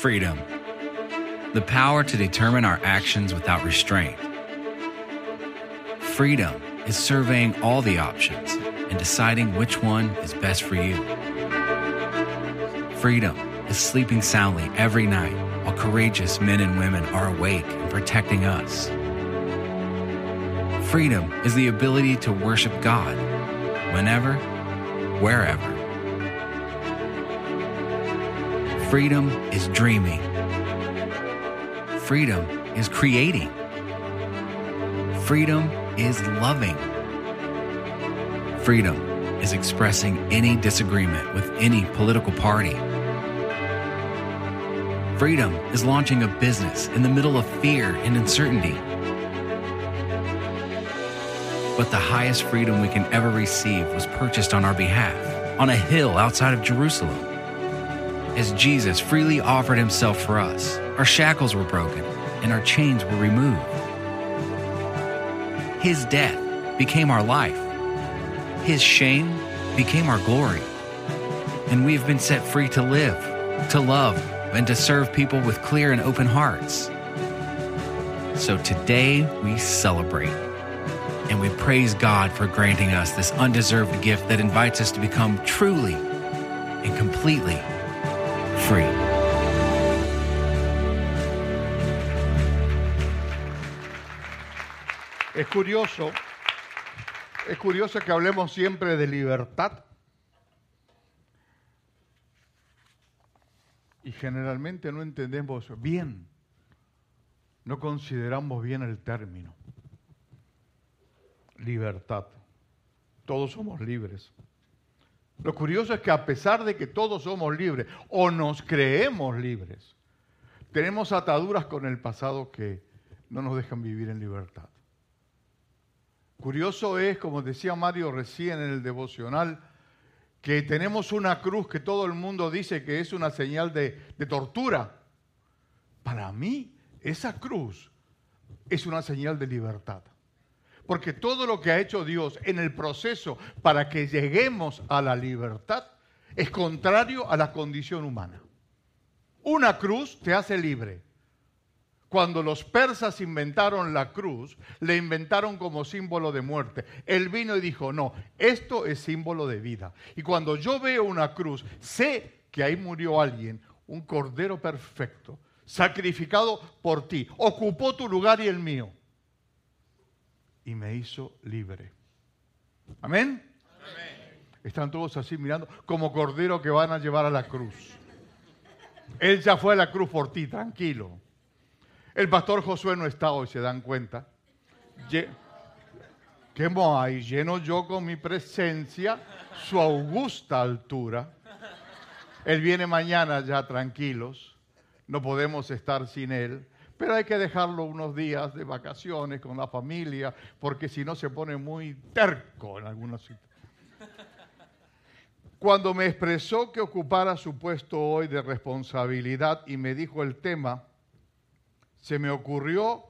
Freedom. The power to determine our actions without restraint. Freedom is surveying all the options and deciding which one is best for you. Freedom is sleeping soundly every night while courageous men and women are awake and protecting us. Freedom is the ability to worship God whenever, wherever. Freedom is dreaming. Freedom is creating. Freedom is loving. Freedom is expressing any disagreement with any political party. Freedom is launching a business in the middle of fear and uncertainty. But the highest freedom we can ever receive was purchased on our behalf on a hill outside of Jerusalem. As Jesus freely offered himself for us, our shackles were broken and our chains were removed. His death became our life. His shame became our glory. And we have been set free to live, to love, and to serve people with clear and open hearts. So today we celebrate. And we praise God for granting us this undeserved gift that invites us to become truly and completely free. Es curioso que hablemos siempre de libertad y generalmente no entendemos bien, no consideramos bien el término. Libertad. Todos somos libres. Lo curioso es que a pesar de que todos somos libres o nos creemos libres, tenemos ataduras con el pasado que no nos dejan vivir en libertad. Curioso es, como decía Mario recién en el devocional, que tenemos una cruz que todo el mundo dice que es una señal de tortura. Para mí, esa cruz es una señal de libertad. Porque todo lo que ha hecho Dios en el proceso para que lleguemos a la libertad es contrario a la condición humana. Una cruz te hace libre. Cuando los persas inventaron la cruz, le inventaron como símbolo de muerte. Él vino y dijo, no, esto es símbolo de vida. Y cuando yo veo una cruz, sé que ahí murió alguien, un cordero perfecto, sacrificado por ti, ocupó tu lugar y el mío. Y me hizo libre. ¿Amén? Amén. Están todos así mirando como cordero que van a llevar a la cruz. Él ya fue a la cruz por ti, tranquilo. El pastor Josué no está hoy, ¿se dan cuenta? ¿Qué hay? Lleno yo con mi presencia su augusta altura. Él viene mañana ya tranquilos. No podemos estar sin él. Pero hay que dejarlo unos días de vacaciones con la familia, porque si no se pone muy terco en algunos sitios. Cuando me expresó que ocupara su puesto hoy de responsabilidad y me dijo el tema, se me ocurrió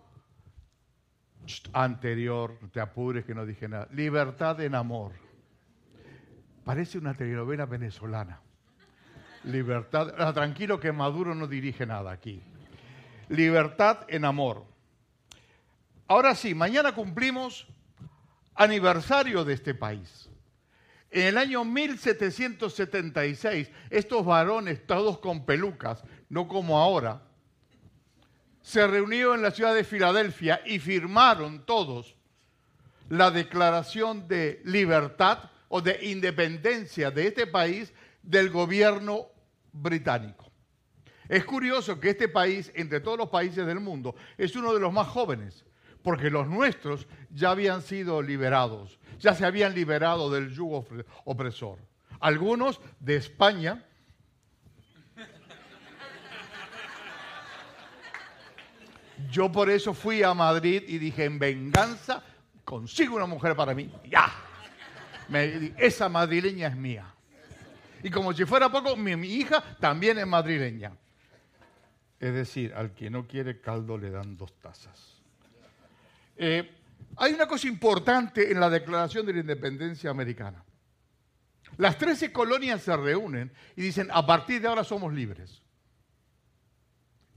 anterior, no te apures que no dije nada, libertad en amor. Parece una telenovela venezolana. Libertad, tranquilo que Maduro no dirige nada aquí. Libertad en amor. Ahora sí, mañana cumplimos aniversario de este país. En el año 1776, estos varones, todos con pelucas, no como ahora, se reunieron en la ciudad de Filadelfia y firmaron todos la declaración de libertad o de independencia de este país del gobierno británico. Es curioso que este país, entre todos los países del mundo, es uno de los más jóvenes, porque los nuestros ya habían sido liberados, ya se habían liberado del yugo opresor. Algunos de España. Yo por eso fui a Madrid y dije, en venganza, consigo una mujer para mí. ¡Ya! Esa madrileña es mía. Y como si fuera poco, mi hija también es madrileña. Es decir, al que no quiere caldo le dan 2 tazas. Hay una cosa importante en la Declaración de la Independencia Americana. Las 13 colonias se reúnen y dicen, a partir de ahora somos libres.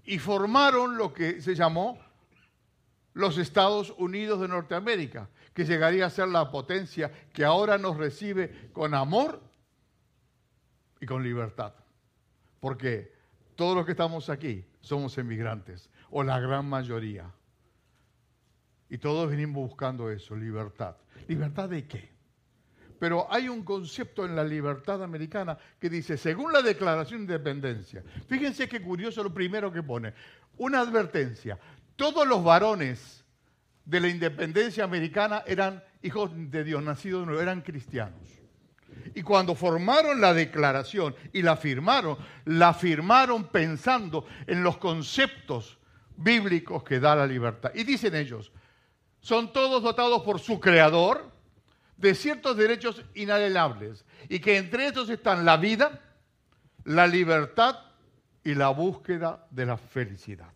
y formaron lo que se llamó los Estados Unidos de Norteamérica, que llegaría a ser la potencia que ahora nos recibe con amor y con libertad. Porque todos los que estamos aquí somos emigrantes, o la gran mayoría. Y todos venimos buscando eso, libertad. ¿Libertad de qué? Pero hay un concepto en la libertad americana que dice, según la Declaración de Independencia, fíjense qué curioso lo primero que pone, una advertencia, todos los varones de la independencia americana eran hijos de Dios, nacidos de nuevo, eran cristianos. Y cuando formaron la declaración y la firmaron pensando en los conceptos bíblicos que da la libertad. Y dicen ellos, son todos dotados por su creador de ciertos derechos inalienables y que entre estos están la vida, la libertad y la búsqueda de la felicidad.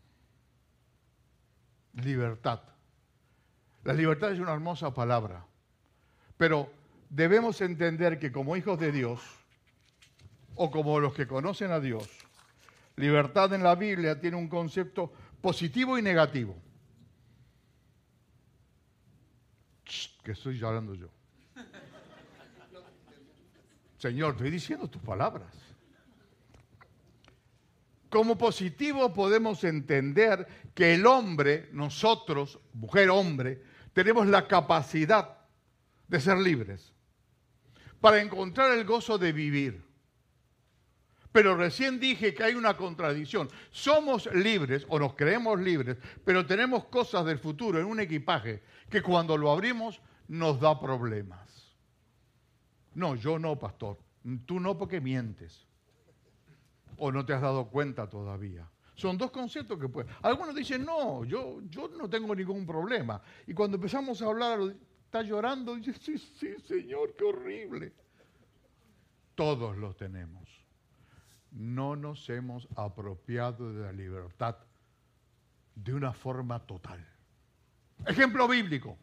Libertad. La libertad es una hermosa palabra, pero debemos entender que como hijos de Dios, o como los que conocen a Dios, libertad en la Biblia tiene un concepto positivo y negativo. Que estoy hablando yo. Señor, estoy diciendo tus palabras. Como positivo podemos entender que el hombre, nosotros, mujer, hombre, tenemos la capacidad de ser libres para encontrar el gozo de vivir. Pero recién dije que hay una contradicción. Somos libres o nos creemos libres, pero tenemos cosas del futuro en un equipaje que cuando lo abrimos nos da problemas. No, yo no, pastor. Tú no porque mientes. O no te has dado cuenta todavía. Son dos conceptos que pueden. Algunos dicen, no, yo no tengo ningún problema. Y cuando empezamos a hablar, está llorando, y dice, sí, sí, Señor, qué horrible. Todos los tenemos. No nos hemos apropiado de la libertad de una forma total. Ejemplo bíblico.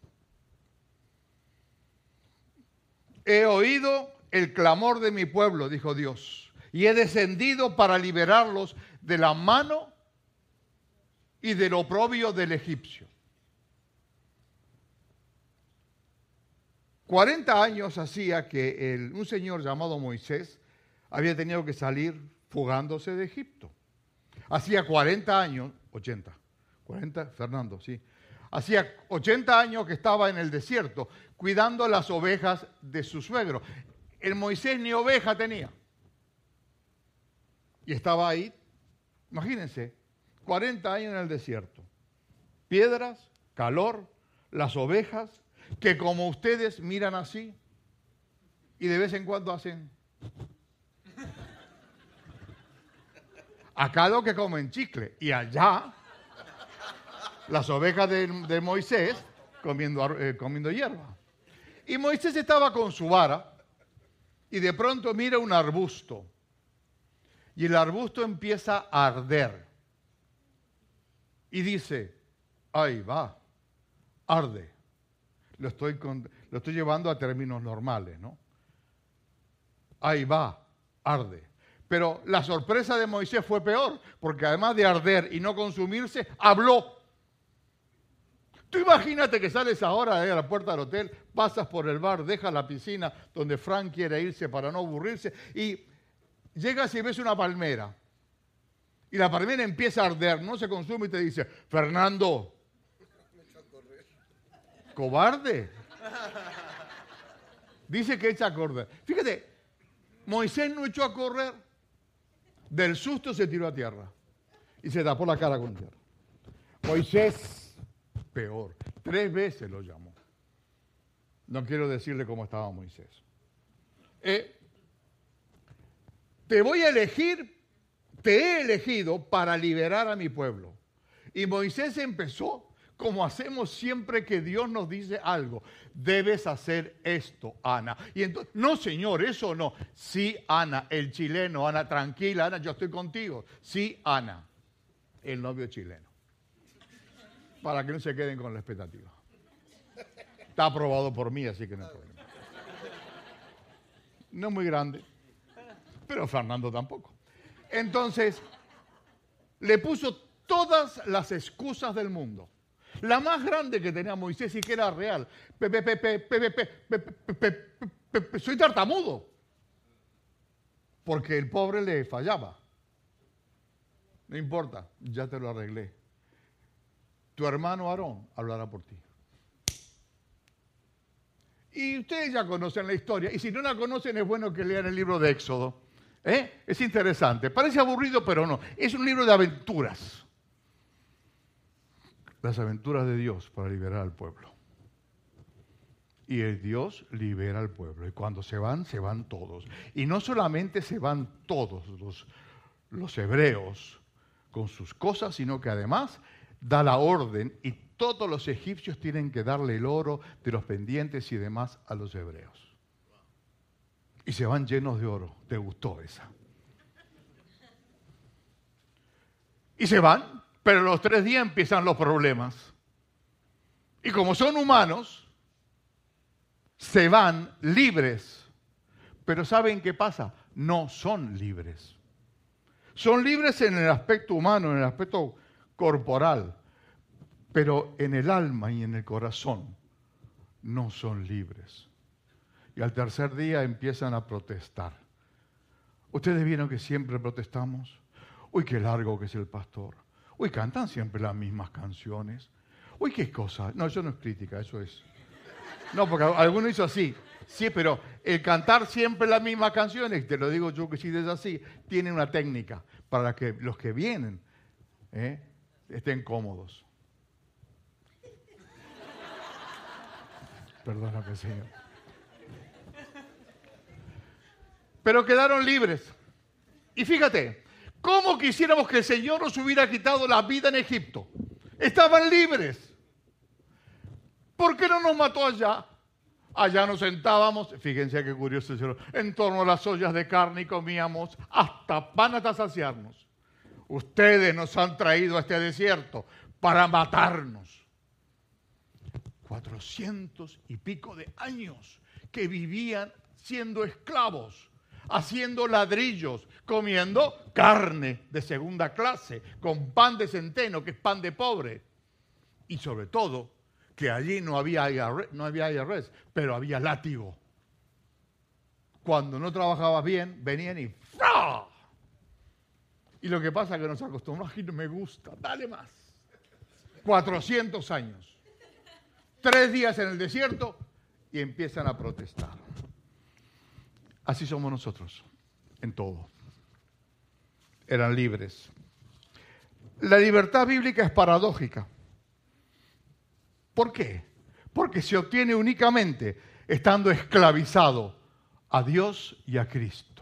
He oído el clamor de mi pueblo, dijo Dios, y he descendido para liberarlos de la mano y del oprobio del egipcio. 40 años hacía que un señor llamado Moisés había tenido que salir fugándose de Egipto. Hacía 40 años, 40, Fernando, sí. Hacía 80 años que estaba en el desierto, cuidando las ovejas de su suegro. El Moisés ni oveja tenía. Y estaba ahí, imagínense, 40 años en el desierto. Piedras, calor, las ovejas, que como ustedes miran así, y de vez en cuando hacen... Acá lo que comen chicle, y allá las ovejas de Moisés comiendo hierba. Y Moisés estaba con su vara y de pronto mira un arbusto. Y el arbusto empieza a arder. Y dice, ahí va, arde. Lo estoy llevando a términos normales, ¿no? Ahí va, arde. Pero la sorpresa de Moisés fue peor, porque además de arder y no consumirse, habló. Tú imagínate que sales ahora a la puerta del hotel, pasas por el bar, dejas la piscina donde Frank quiere irse para no aburrirse y llegas y ves una palmera. Y la palmera empieza a arder, no se consume y te dice, Fernando, cobarde. Dice que echa a correr. Fíjate, Moisés no echó a correr, del susto se tiró a tierra y se tapó la cara con tierra. Moisés... peor. 3 veces lo llamó. No quiero decirle cómo estaba Moisés. Te voy a elegir, te he elegido para liberar a mi pueblo. Y Moisés empezó como hacemos siempre que Dios nos dice algo. Debes hacer esto, Ana. Y entonces, no, señor, eso no. Sí, Ana, el chileno, Ana, tranquila, Ana, yo estoy contigo. Sí, Ana, el novio chileno. Para que no se queden con la expectativa. Está aprobado por mí, así que no hay problema. No es muy grande, pero Fernando tampoco. Entonces, le puso todas las excusas del mundo. La más grande que tenía Moisés y que era real. Soy tartamudo. Porque el pobre le fallaba. No importa, ya te lo arreglé. Tu hermano Aarón hablará por ti. Y ustedes ya conocen la historia. Y si no la conocen, es bueno que lean el libro de Éxodo. Es interesante. Parece aburrido, pero no. Es un libro de aventuras. Las aventuras de Dios para liberar al pueblo. Y el Dios libera al pueblo. Y cuando se van todos. Y no solamente se van todos los hebreos con sus cosas, sino que además da la orden y todos los egipcios tienen que darle el oro de los pendientes y demás a los hebreos. Y se van llenos de oro. ¿Te gustó esa? Y se van, pero los 3 días empiezan los problemas. Y como son humanos, se van libres. Pero ¿saben qué pasa? No son libres. Son libres en el aspecto humano, en el aspecto corporal. Pero en el alma y en el corazón no son libres. Y al tercer día empiezan a protestar. ¿Ustedes vieron que siempre protestamos? Uy, qué largo que es el pastor. Uy, cantan siempre las mismas canciones. Uy, qué cosa. No, eso no es crítica, eso es... No, porque alguno hizo así. Sí, pero el cantar siempre las mismas canciones, te lo digo yo que si es así, tiene una técnica para que los que vienen estén cómodos. Perdóname, Señor. Pero quedaron libres. Y fíjate, ¿cómo quisiéramos que el Señor nos hubiera quitado la vida en Egipto? Estaban libres. ¿Por qué no nos mató allá? Allá nos sentábamos, fíjense qué curioso, en torno a las ollas de carne y comíamos hasta pan hasta saciarnos. Ustedes nos han traído a este desierto para matarnos. 400 y pico de años que vivían siendo esclavos, haciendo ladrillos, comiendo carne de segunda clase, con pan de centeno, que es pan de pobre. Y sobre todo, que allí no había IRS, pero había látigo. Cuando no trabajabas bien, venían y ¡fra! Y lo que pasa es que nos acostumbramos, y no me gusta, dale más. 400 años. 3 días en el desierto y empiezan a protestar. Así somos nosotros, en todo. Eran libres. La libertad bíblica es paradójica. ¿Por qué? Porque se obtiene únicamente estando esclavizado a Dios y a Cristo.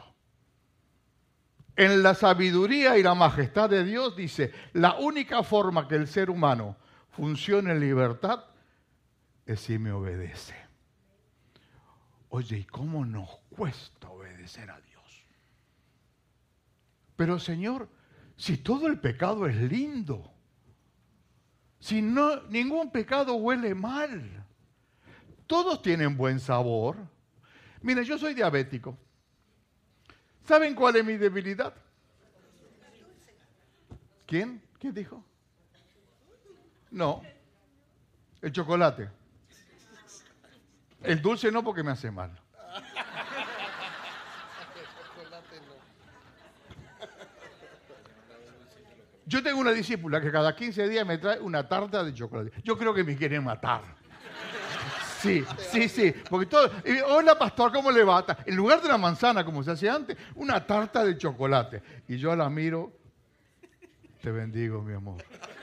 En la sabiduría y la majestad de Dios dice, la única forma que el ser humano funcione en libertad es si me obedece. Oye, ¿y cómo nos cuesta obedecer a Dios? Pero Señor, si todo el pecado es lindo, si no, ningún pecado huele mal, todos tienen buen sabor. Miren, yo soy diabético. ¿Saben cuál es mi debilidad? ¿Quién? ¿Quién dijo? No, el chocolate. El dulce no, porque me hace mal. Yo tengo una discípula que cada 15 días me trae una tarta de chocolate. Yo creo que me quieren matar. Sí. Porque todo... Hola, pastor, ¿cómo le va? En lugar de una manzana, como se hacía antes, una tarta de chocolate. Y yo la miro. Te bendigo, mi amor.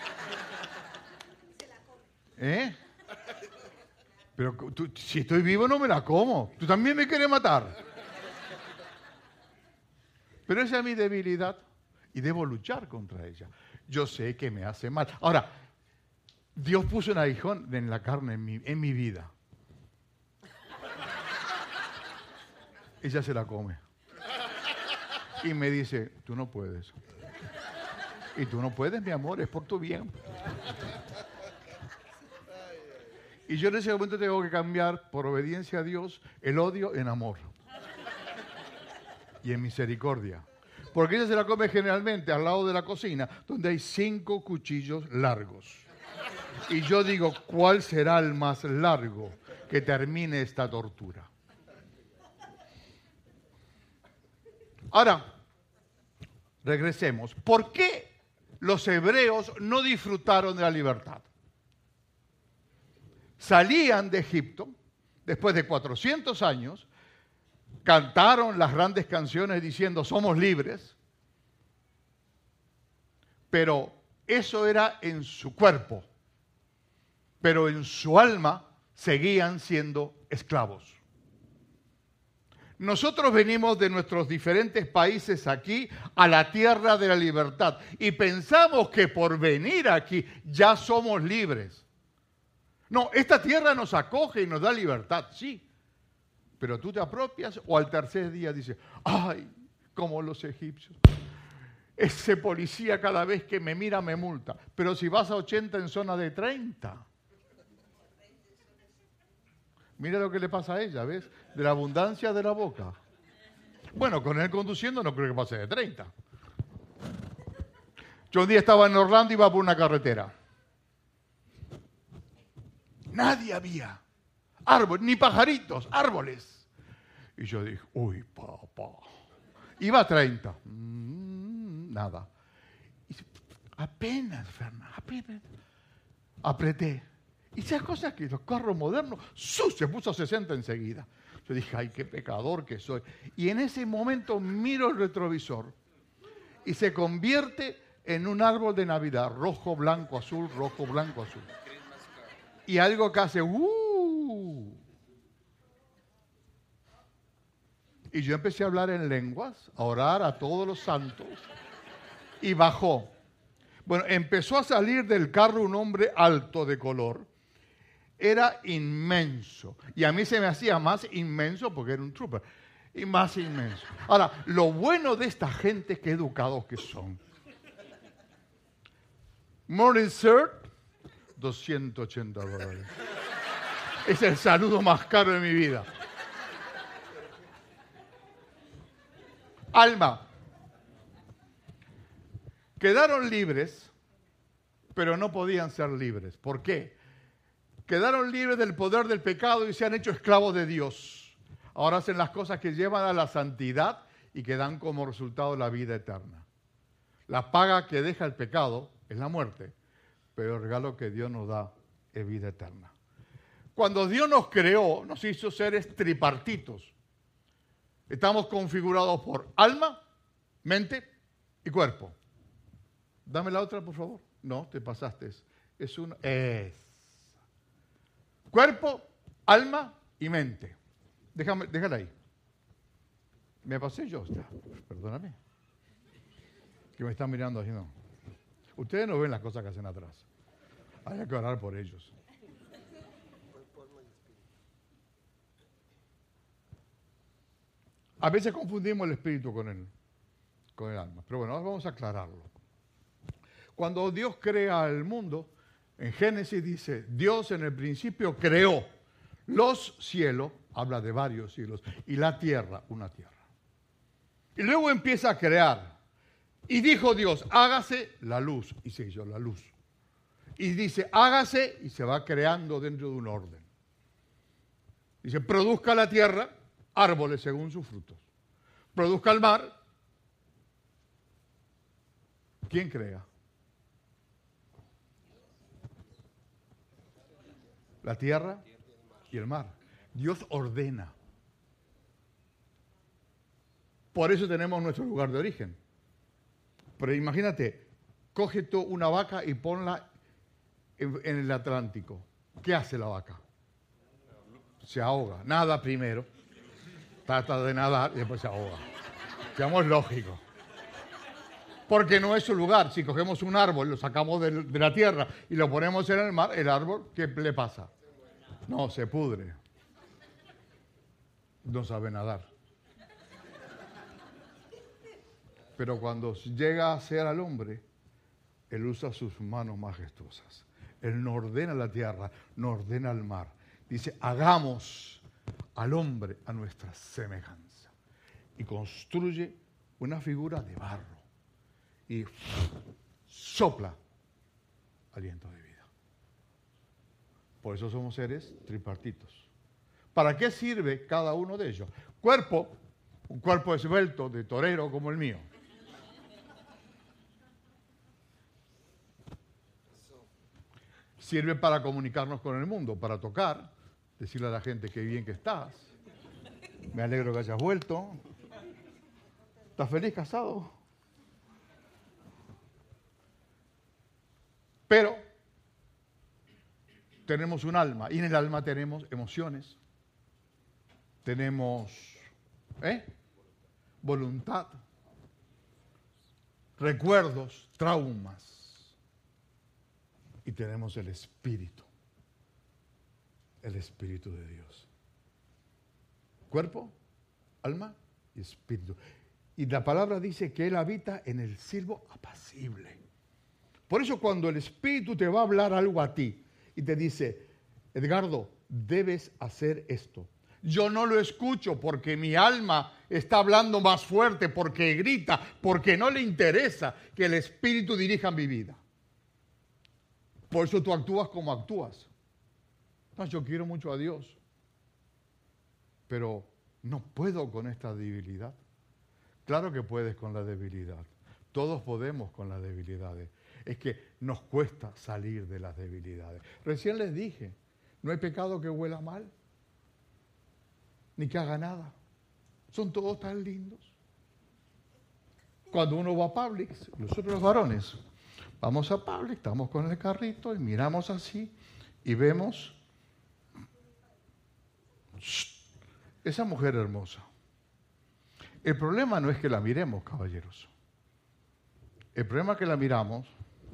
Pero si estoy vivo no me la como. Tú también me quieres matar. Pero esa es mi debilidad. Y debo luchar contra ella. Yo sé que me hace mal. Ahora, Dios puso un aguijón en la carne en mi vida. Ella se la come. Y me dice, tú no puedes. Y tú no puedes, mi amor, es por tu bien. Y yo en ese momento tengo que cambiar, por obediencia a Dios, el odio en amor. Y en misericordia. Porque ella se la come generalmente al lado de la cocina, donde hay 5 cuchillos largos. Y yo digo, ¿cuál será el más largo que termine esta tortura? Ahora, regresemos. ¿Por qué los hebreos no disfrutaron de la libertad? Salían de Egipto, después de 400 años, cantaron las grandes canciones diciendo, somos libres, pero eso era en su cuerpo, pero en su alma seguían siendo esclavos. Nosotros venimos de nuestros diferentes países aquí a la tierra de la libertad y pensamos que por venir aquí ya somos libres. No, esta tierra nos acoge y nos da libertad, sí. Pero tú te apropias o al tercer día dices, ay, como los egipcios. Ese policía cada vez que me mira me multa. Pero si vas a 80 en zona de 30. Mira lo que le pasa a ella, ¿ves? De la abundancia de la boca. Bueno, con él conduciendo no creo que pase de 30. Yo un día estaba en Orlando y iba por una carretera. Nadie había. Árboles, ni pajaritos, árboles. Y yo dije, uy, papá. Iba a 30. Nada. Y apenas, Fernanda, apenas. Apreté. Y esas cosas que los carros modernos, se puso a 60 enseguida. Yo dije, ay, qué pecador que soy. Y en ese momento miro el retrovisor y se convierte en un árbol de Navidad. Rojo, blanco, azul, rojo, blanco, azul. Y algo que hace, Y yo empecé a hablar en lenguas, a orar a todos los santos. Y bajó. Bueno, empezó a salir del carro un hombre alto de color. Era inmenso. Y a mí se me hacía más inmenso porque era un trooper. Y más inmenso. Ahora, lo bueno de esta gente, qué educados que son. Morning, sir. $280. Es el saludo más caro de mi vida. Alma. Quedaron libres, pero no podían ser libres. ¿Por qué? Quedaron libres del poder del pecado y se han hecho esclavos de Dios. Ahora hacen las cosas que llevan a la santidad y que dan como resultado la vida eterna. La paga que deja el pecado es la muerte, pero el regalo que Dios nos da es vida eterna. Cuando Dios nos creó, nos hizo seres tripartitos. Estamos configurados por alma, mente y cuerpo. Dame la otra, por favor. No, te pasaste. Es una. Cuerpo, alma y mente. Déjala ahí. Me pasé yo. Perdóname. Que me están mirando así, no. Ustedes no ven las cosas que hacen atrás. Hay que orar por ellos. A veces confundimos el espíritu con el alma. Pero bueno, ahora vamos a aclararlo. Cuando Dios crea el mundo, en Génesis dice, Dios en el principio creó los cielos, habla de varios cielos, y la tierra, una tierra. Y luego empieza a crear. Y dijo Dios, hágase la luz, y se hizo la luz. Y dice, hágase, y se va creando dentro de un orden. Dice, produzca la tierra árboles según sus frutos. Produzca el mar. ¿Quién crea? La tierra y el mar. Dios ordena. Por eso tenemos nuestro lugar de origen. Pero imagínate, coge tú una vaca y ponla en el Atlántico. ¿Qué hace la vaca? Se ahoga. Nada primero. Trata de nadar y después se ahoga. Seamos lógicos. Porque no es su lugar. Si cogemos un árbol, lo sacamos de la tierra y lo ponemos en el mar, el árbol, ¿qué le pasa? No, se pudre. No sabe nadar. Pero cuando llega a ser al hombre, él usa sus manos majestuosas. Él no ordena la tierra, no ordena el mar. Dice, hagamos al hombre a nuestra semejanza. Y construye una figura de barro y sopla aliento de vida. Por eso somos seres tripartitos. ¿Para qué sirve cada uno de ellos? Cuerpo, un cuerpo esbelto de torero como el mío. Sirve para comunicarnos con el mundo, para tocar, decirle a la gente qué bien que estás. Me alegro que hayas vuelto. ¿Estás feliz casado? Pero tenemos un alma y en el alma tenemos emociones, tenemos voluntad, recuerdos, traumas y tenemos el Espíritu de Dios. Cuerpo, alma y espíritu. Y la palabra dice que Él habita en el siervo apacible. Por eso cuando el Espíritu te va a hablar algo a ti y te dice, Edgardo, debes hacer esto. Yo no lo escucho porque mi alma está hablando más fuerte, porque grita, porque no le interesa que el Espíritu dirija mi vida. Por eso tú actúas como actúas. No, yo quiero mucho a Dios, pero no puedo con esta debilidad. Claro que puedes con la debilidad. Todos podemos con las debilidades. Es que nos cuesta salir de las debilidades. Recién les dije, no hay pecado que huela mal, ni que haga nada. Son todos tan lindos. Cuando uno va a Publix, nosotros los varones, vamos a Publix, estamos con el carrito y miramos así y vemos esa mujer hermosa. El problema no es que la miremos, caballeros. El problema es que la miramos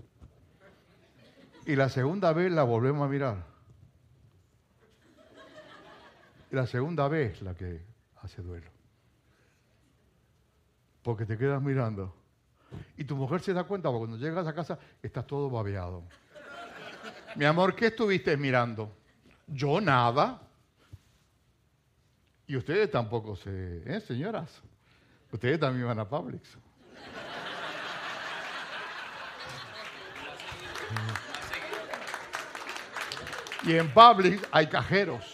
y la segunda vez la volvemos a mirar. Y la segunda vez la que hace duelo. Porque te quedas mirando. Y tu mujer se da cuenta, porque cuando llegas a casa estás todo babeado. Mi amor, ¿qué estuviste mirando? Yo nada. Y ustedes tampoco señoras? Ustedes también van a Publix. Y en Publix hay cajeros.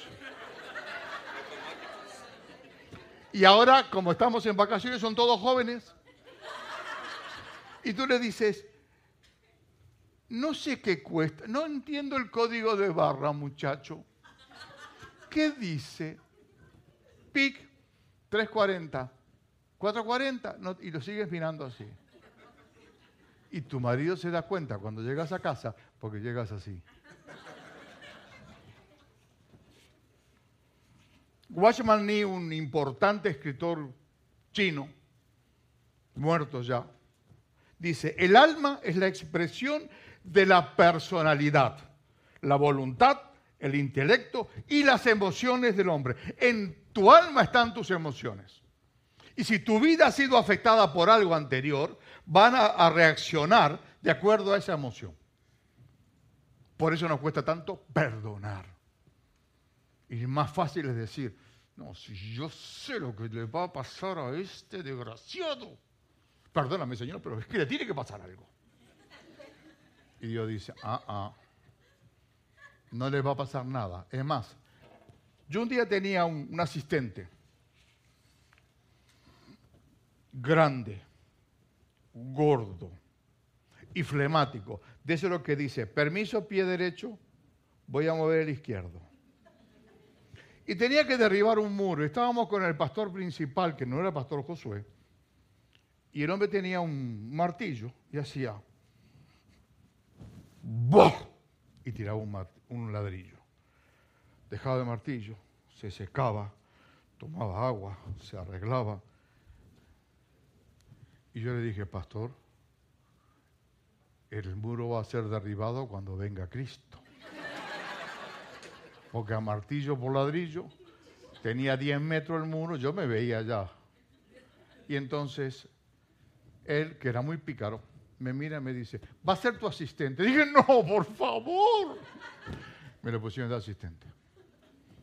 Y ahora, como estamos en vacaciones, son todos jóvenes. Y tú le dices, no sé qué cuesta, no entiendo el código de barra, muchacho. ¿Qué dice? PIC 340, 440, no, y lo sigues mirando así. Y tu marido se da cuenta cuando llegas a casa, porque llegas así. Watchman Nee, un importante escritor chino, muerto ya, dice, el alma es la expresión de la personalidad, la voluntad, el intelecto y las emociones del hombre. En tu alma están tus emociones. Y si tu vida ha sido afectada por algo anterior, van a reaccionar de acuerdo a esa emoción. Por eso nos cuesta tanto perdonar. Y más fácil es decir, no, si yo sé lo que le va a pasar a este desgraciado. Perdóname, Señor, pero es que le tiene que pasar algo. Y Dios dice, no le va a pasar nada. Es más, yo un día tenía un asistente grande, gordo y flemático. De eso es lo que dice, permiso, pie derecho, voy a mover el izquierdo. Y tenía que derribar un muro. Estábamos con el pastor principal, que no era el pastor Josué, y el hombre tenía un martillo y hacía ¡boh! Y tiraba un ladrillo. Dejaba el martillo, se secaba, tomaba agua, se arreglaba. Y yo le dije, pastor, el muro va a ser derribado cuando venga Cristo. Porque a martillo por ladrillo tenía 10 metros el muro, yo me veía allá. Y entonces él, que era muy pícaro, me mira y me dice, ¿va a ser tu asistente? Dije, no, por favor. Me lo pusieron de asistente.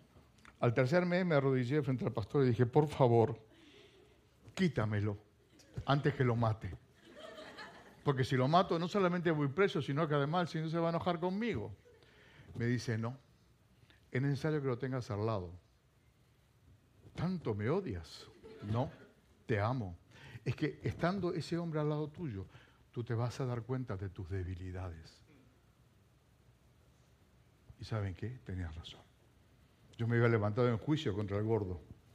Al tercer mes me arrodillé frente al pastor y dije, por favor, quítamelo. antes que lo mate. Porque si lo mato no solamente voy preso, sino que además el Señor se va a enojar conmigo. Me dice, no, es necesario que lo tengas al lado. ¿Tanto me odias? No, te amo. Es que estando ese hombre al lado tuyo, tú te vas a dar cuenta de tus debilidades. ¿Y saben qué? Tenías razón. Yo me había levantado en juicio contra el gordo.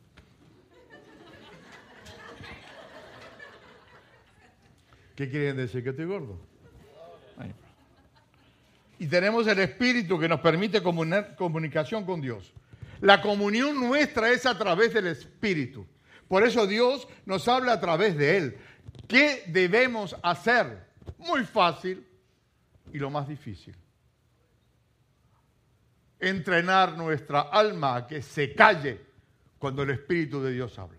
¿Qué quieren decir? ¿Que estoy gordo? Ay. Y tenemos el Espíritu que nos permite comunicación con Dios. La comunión nuestra es a través del Espíritu. Por eso Dios nos habla a través de Él. ¿Qué debemos hacer? Muy fácil y lo más difícil. Entrenar nuestra alma a que se calle cuando el Espíritu de Dios habla.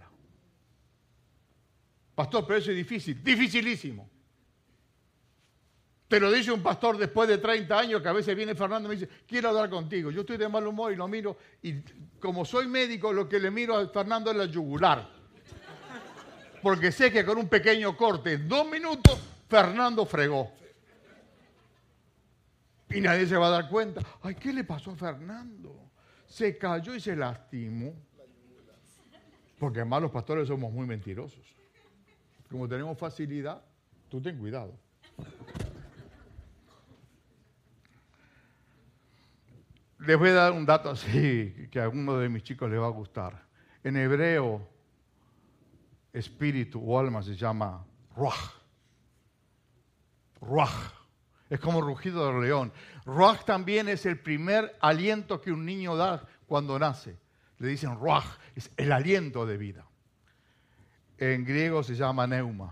Pastor, pero eso es difícil, dificilísimo. Te lo dice un pastor después de 30 años que a veces viene Fernando y me dice, quiero hablar contigo. Yo estoy de mal humor y lo miro y como soy médico lo que le miro a Fernando es la yugular. Porque sé que con un pequeño corte, en 2 minutos, Fernando fregó. Y nadie se va a dar cuenta. Ay, ¿qué le pasó a Fernando? Se cayó y se lastimó. Porque además los pastores somos muy mentirosos. Como tenemos facilidad, tú ten cuidado. Les voy a dar un dato así que a alguno de mis chicos les va a gustar. En hebreo, espíritu o alma se llama ruach. Ruach. Es como rugido del león. Ruach también es el primer aliento que un niño da cuando nace. Le dicen ruach, es el aliento de vida. En griego se llama neuma.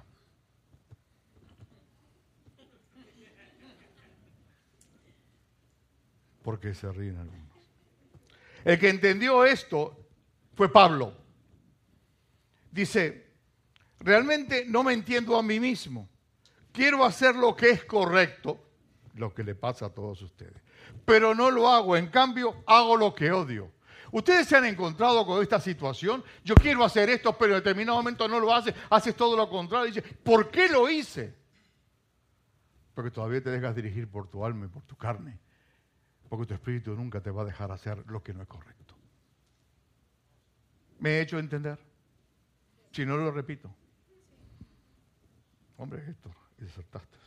Porque se ríen algunos. El que entendió esto fue Pablo. Dice, realmente no me entiendo a mí mismo. Quiero hacer lo que es correcto, lo que le pasa a todos ustedes. Pero no lo hago, en cambio hago lo que odio. ¿Ustedes se han encontrado con esta situación? Yo quiero hacer esto, pero en determinado momento no lo haces todo lo contrario. Y dices, ¿por qué lo hice? Porque todavía te dejas dirigir por tu alma y por tu carne. Porque tu espíritu nunca te va a dejar hacer lo que no es correcto. ¿Me he hecho entender? Si no, lo repito. Hombre, Héctor, disertaste.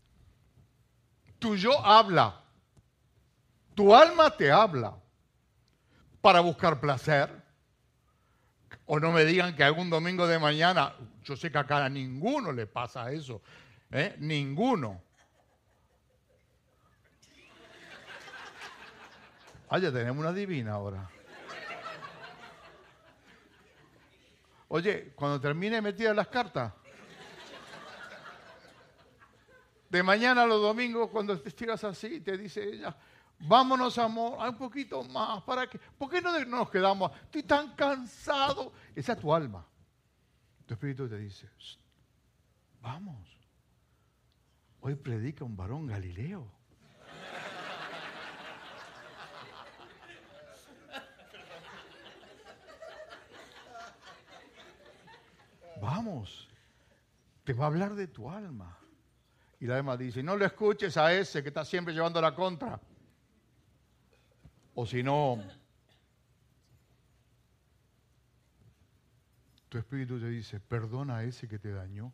Tu yo habla. Tu alma te habla. Para buscar placer. O no me digan que algún domingo de mañana, yo sé que acá a ninguno le pasa eso. Ninguno. Ya tenemos una divina ahora. Oye, cuando termine metida las cartas, de mañana a los domingos, cuando te estiras así, te dice ella, vámonos, amor, un poquito más, ¿para qué? ¿Por qué no nos quedamos? Estoy tan cansado. Esa es tu alma. Tu espíritu te dice, vamos, hoy predica un varón Galileo. Vamos, te va a hablar de tu alma. Y la alma dice, no le escuches a ese que está siempre llevando la contra. O si no, tu espíritu te dice, perdona a ese que te dañó.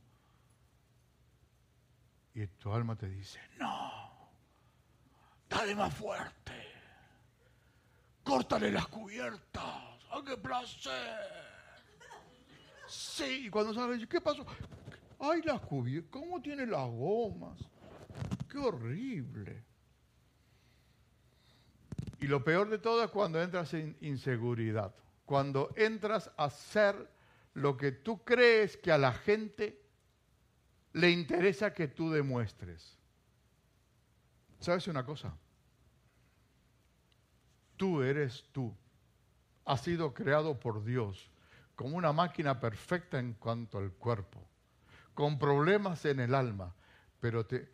Y tu alma te dice, no, dale más fuerte. Córtale las cubiertas. ¡Ah, qué placer! Sí, y cuando sabes, ¿qué pasó? Ay, las cubiertas, ¿cómo tiene las gomas? ¡Qué horrible! Y lo peor de todo es cuando entras en inseguridad. Cuando entras a hacer lo que tú crees que a la gente le interesa que tú demuestres. ¿Sabes una cosa? Tú eres tú. Has sido creado por Dios como una máquina perfecta en cuanto al cuerpo, con problemas en el alma, pero te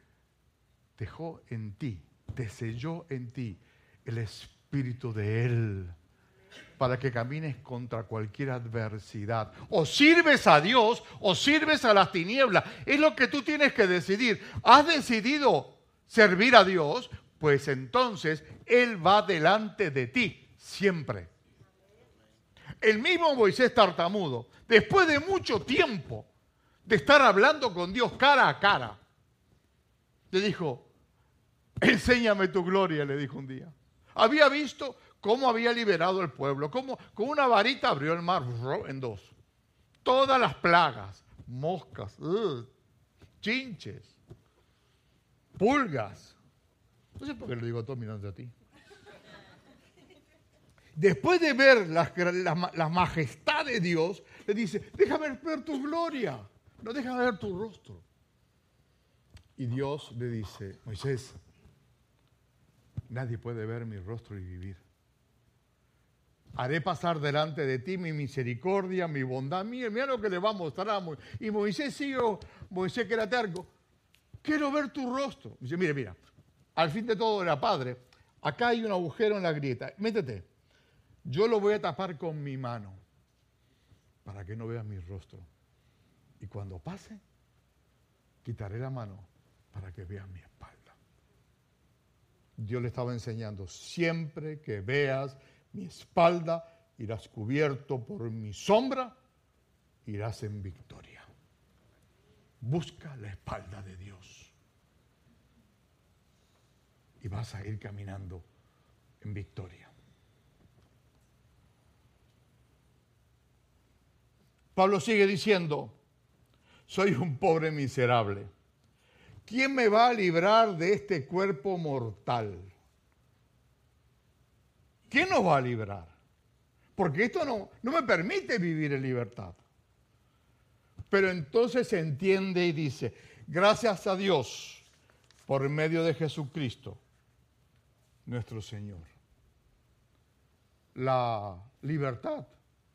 dejó en ti, te selló en ti el Espíritu de Él. para que camines contra cualquier adversidad. O sirves a Dios o sirves a las tinieblas. Es lo que tú tienes que decidir. ¿Has decidido servir a Dios? Pues entonces Él va delante de ti, siempre. El mismo Moisés tartamudo, después de mucho tiempo de estar hablando con Dios cara a cara, le dijo, enséñame tu gloria, le dijo un día. Había visto cómo había liberado el pueblo, cómo con una varita abrió el mar en dos. Todas las plagas, moscas, chinches, pulgas. No sé por qué lo digo todo mirando a ti. Después de ver la majestad de Dios, le dice, déjame ver tu gloria, no déjame ver tu rostro. Y Dios le dice, Moisés, nadie puede ver mi rostro y vivir. Haré pasar delante de ti mi misericordia, mi bondad. Mira lo que le va a mostrar a Moisés. Y Moisés siguió, Moisés que era terco, quiero ver tu rostro. Dice, mira, al fin de todo era padre. Acá hay un agujero en la grieta, métete. Yo lo voy a tapar con mi mano para que no veas mi rostro. Y cuando pase, quitaré la mano para que veas mi espalda. Dios le estaba enseñando, siempre que veas mi espalda, irás cubierto por mi sombra, irás en victoria. Busca la espalda de Dios. Y vas a ir caminando en victoria. Pablo sigue diciendo, soy un pobre miserable. ¿Quién me va a librar de este cuerpo mortal? ¿Quién nos va a librar? Porque esto no me permite vivir en libertad. Pero entonces se entiende y dice, gracias a Dios por medio de Jesucristo, nuestro Señor. La libertad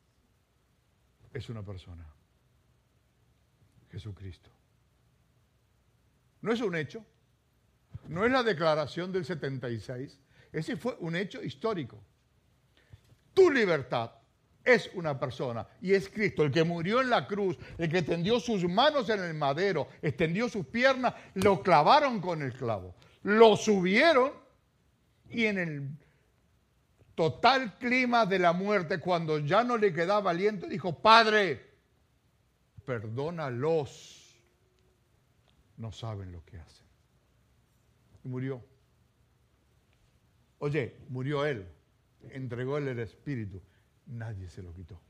es una persona, Jesucristo. No es un hecho, no es la declaración del 76, ese fue un hecho histórico. Tu libertad es una persona y es Cristo, el que murió en la cruz, el que tendió sus manos en el madero, extendió sus piernas, lo clavaron con el clavo, lo subieron y en el total clima de la muerte, cuando ya no le quedaba aliento, dijo, Padre, perdónalos, no saben lo que hacen. Y murió. Oye, murió él, entregó él el espíritu, nadie se lo quitó.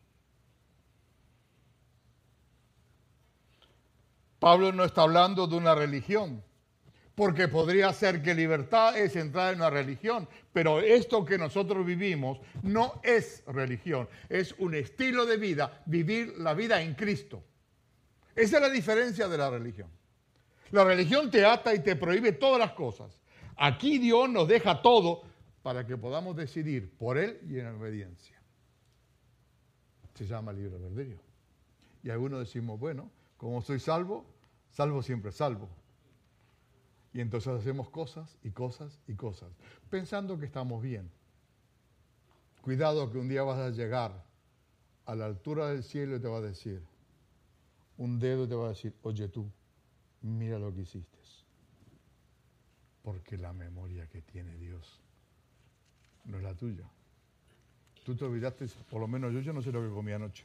Pablo no está hablando de una religión, porque podría ser que libertad es entrar en una religión, pero esto que nosotros vivimos no es religión, es un estilo de vida, vivir la vida en Cristo. Esa es la diferencia de la religión. La religión te ata y te prohíbe todas las cosas. Aquí Dios nos deja todo para que podamos decidir por Él y en obediencia. Se llama libre albedrío. Y algunos decimos, bueno, como soy salvo, salvo siempre salvo. Y entonces hacemos cosas y cosas y cosas, pensando que estamos bien. Cuidado que un día vas a llegar a la altura del cielo y te va a decir, un dedo te va a decir, oye tú, mira lo que hiciste. Porque la memoria que tiene Dios no es la tuya. Tú te olvidaste, por lo menos yo no sé lo que comí anoche.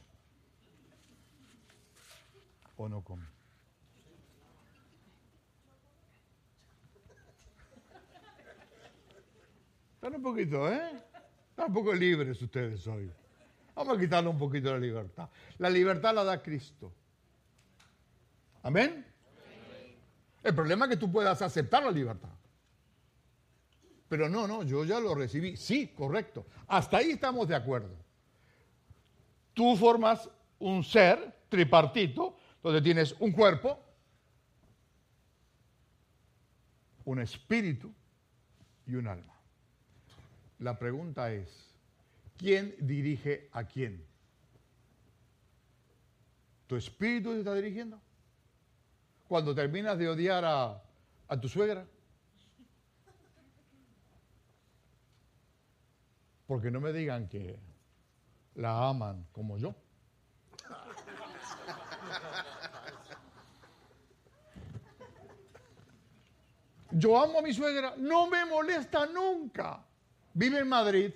O no comí. Están un poquito, Están un poco libres ustedes hoy. Vamos a quitarle un poquito la libertad. La libertad la da Cristo. ¿Amén? El problema es que tú puedas aceptar la libertad. Pero no, yo ya lo recibí. Sí, correcto. Hasta ahí estamos de acuerdo. Tú formas un ser tripartito, donde tienes un cuerpo, un espíritu y un alma. La pregunta es, ¿quién dirige a quién? ¿Tu espíritu te está dirigiendo? Cuando terminas de odiar a tu suegra. Porque no me digan que la aman como yo. Yo amo a mi suegra, no me molesta nunca. Vive en Madrid.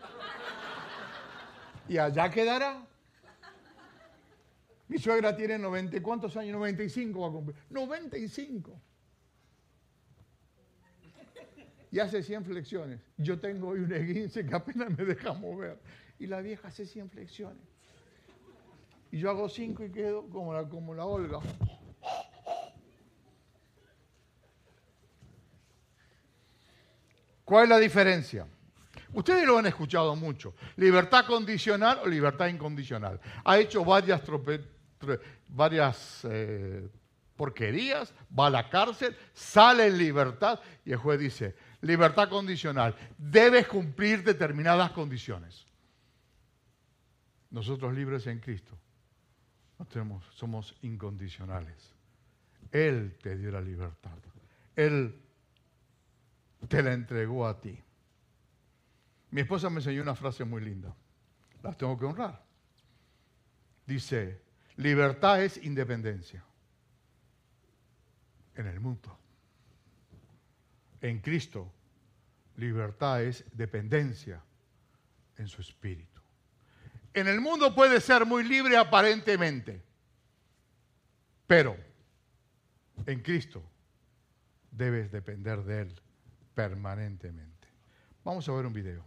Y allá quedará. Mi suegra tiene 90, ¿cuántos años? 95 va a cumplir. 95. Y hace 100 flexiones. Yo tengo hoy un esguince que apenas me deja mover. Y la vieja hace 100 flexiones. Y yo hago 5 y quedo como la Olga. ¿Cuál es la diferencia? Ustedes lo han escuchado mucho. Libertad condicional o libertad incondicional. Ha hecho varias porquerías, va a la cárcel, sale en libertad y el juez dice, libertad condicional, debes cumplir determinadas condiciones. Nosotros libres en Cristo somos incondicionales. Él te dio la libertad. Él te la entregó a ti. Mi esposa me enseñó una frase muy linda. La tengo que honrar. Dice, libertad es independencia. En el mundo. En Cristo, libertad es dependencia en su espíritu. En el mundo puede ser muy libre aparentemente, pero en Cristo debes depender de Él permanentemente. Vamos a ver un video.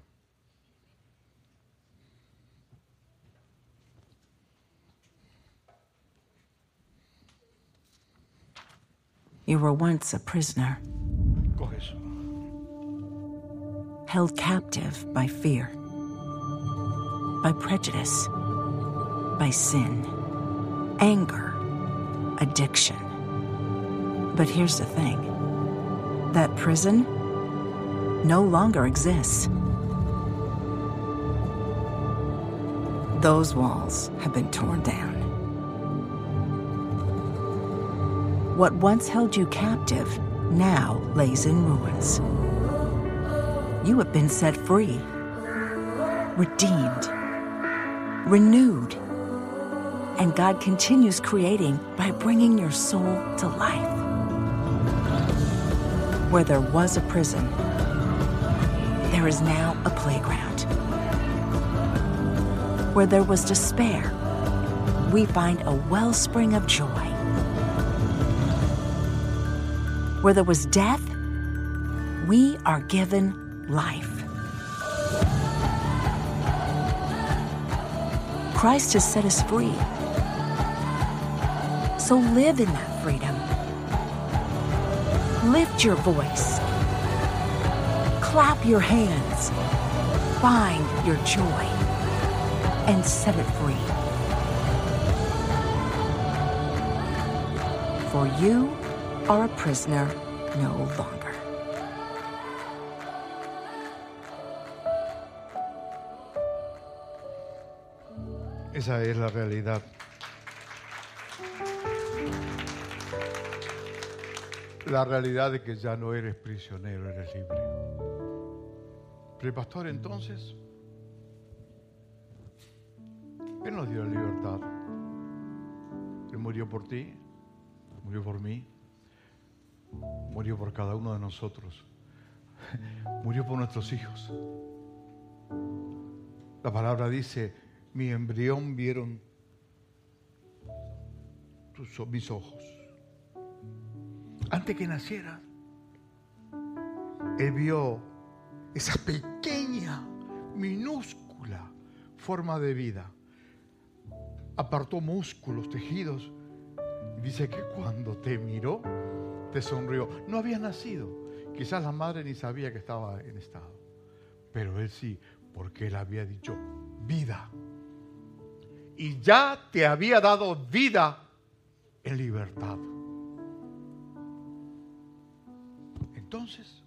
You were once a prisoner, Coge eso. held captive by fear, by prejudice, by sin, anger, addiction. But here's the thing. That prison no longer exists. Those walls have been torn down. What once held you captive now lays in ruins. You have been set free, redeemed, renewed, and God continues creating by bringing your soul to life. Where there was a prison, there is now a playground. Where there was despair, we find a wellspring of joy. Where there was death, we are given life. Christ has set us free. So live in that freedom. Lift your voice. Clap your hands. Find your joy and set it free. For you are a prisoner no longer. Esa es la realidad. La realidad de que ya no eres prisionero, eres libre. Pero el pastor, entonces, Él nos dio la libertad. Él murió por ti, murió por mí, murió por cada uno de nosotros, murió por nuestros hijos. La palabra dice, mi embrión vieron mis ojos. Antes que naciera, Él vio esa pequeña, minúscula forma de vida. Apartó músculos, tejidos. Y dice que cuando te miró, te sonrió. No había nacido. Quizás la madre ni sabía que estaba en estado. Pero Él sí, porque Él había dicho vida. Y ya te había dado vida en libertad. Entonces,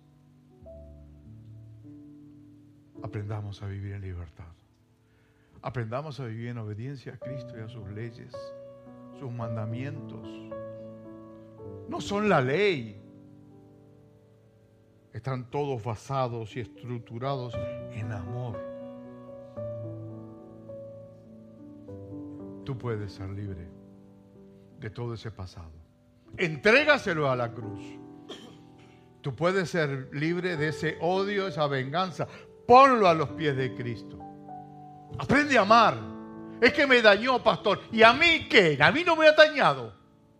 aprendamos a vivir en libertad. Aprendamos a vivir en obediencia a Cristo y a sus leyes, sus mandamientos. No son la ley. Están todos basados y estructurados en amor. tú puedes ser libre de todo ese pasado. Entrégaselo a la cruz. Tú puedes ser libre de ese odio, esa venganza. Ponlo a los pies de Cristo. Aprende a amar. Es que me dañó, pastor. ¿Y a mí qué? A mí no me ha dañado.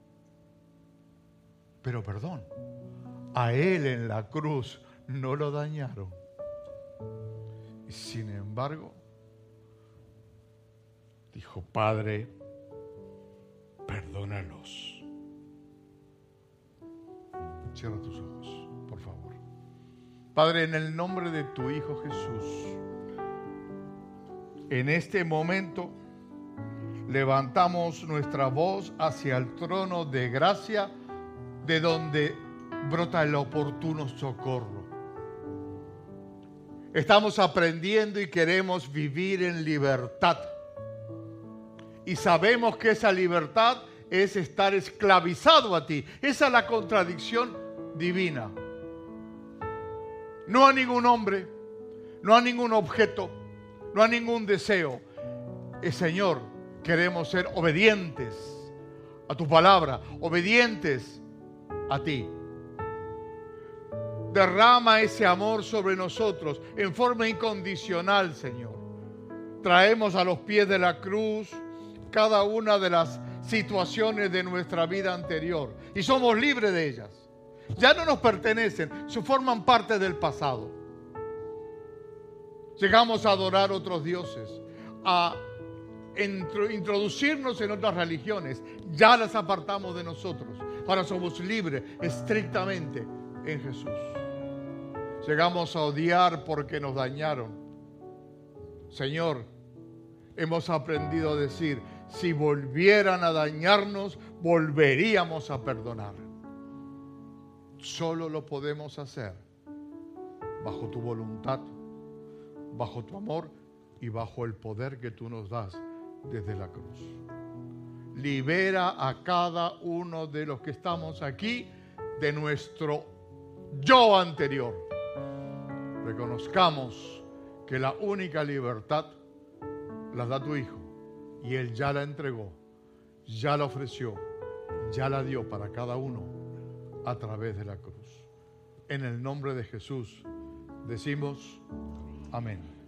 Pero perdón, a él en la cruz no lo dañaron. Y sin embargo, dijo, Padre, perdónalos. Cierra tus ojos, por favor. Padre, en el nombre de tu Hijo Jesús, en este momento levantamos nuestra voz hacia el trono de gracia, de donde brota el oportuno socorro. Estamos aprendiendo y queremos vivir en libertad. Y sabemos que esa libertad es estar esclavizado a ti. Esa es la contradicción divina. No a ningún hombre, no a ningún objeto, no a ningún deseo. Señor, queremos ser obedientes a tu palabra, obedientes a ti. Derrama ese amor sobre nosotros en forma incondicional, Señor. Traemos a los pies de la cruz cada una de las situaciones de nuestra vida anterior y somos libres de ellas. Ya no nos pertenecen, forman parte del pasado. Llegamos a adorar otros dioses, a introducirnos en otras religiones. Ya las apartamos de nosotros. Ahora somos libres estrictamente en Jesús. Llegamos a odiar porque nos dañaron. Señor, hemos aprendido a decir, si volvieran a dañarnos, volveríamos a perdonar. Solo lo podemos hacer bajo tu voluntad, bajo tu amor y bajo el poder que tú nos das desde la cruz. Libera a cada uno de los que estamos aquí de nuestro yo anterior. Reconozcamos que la única libertad la da tu Hijo y Él ya la entregó, ya la ofreció, ya la dio para cada uno a través de la cruz. En el nombre de Jesús decimos amén.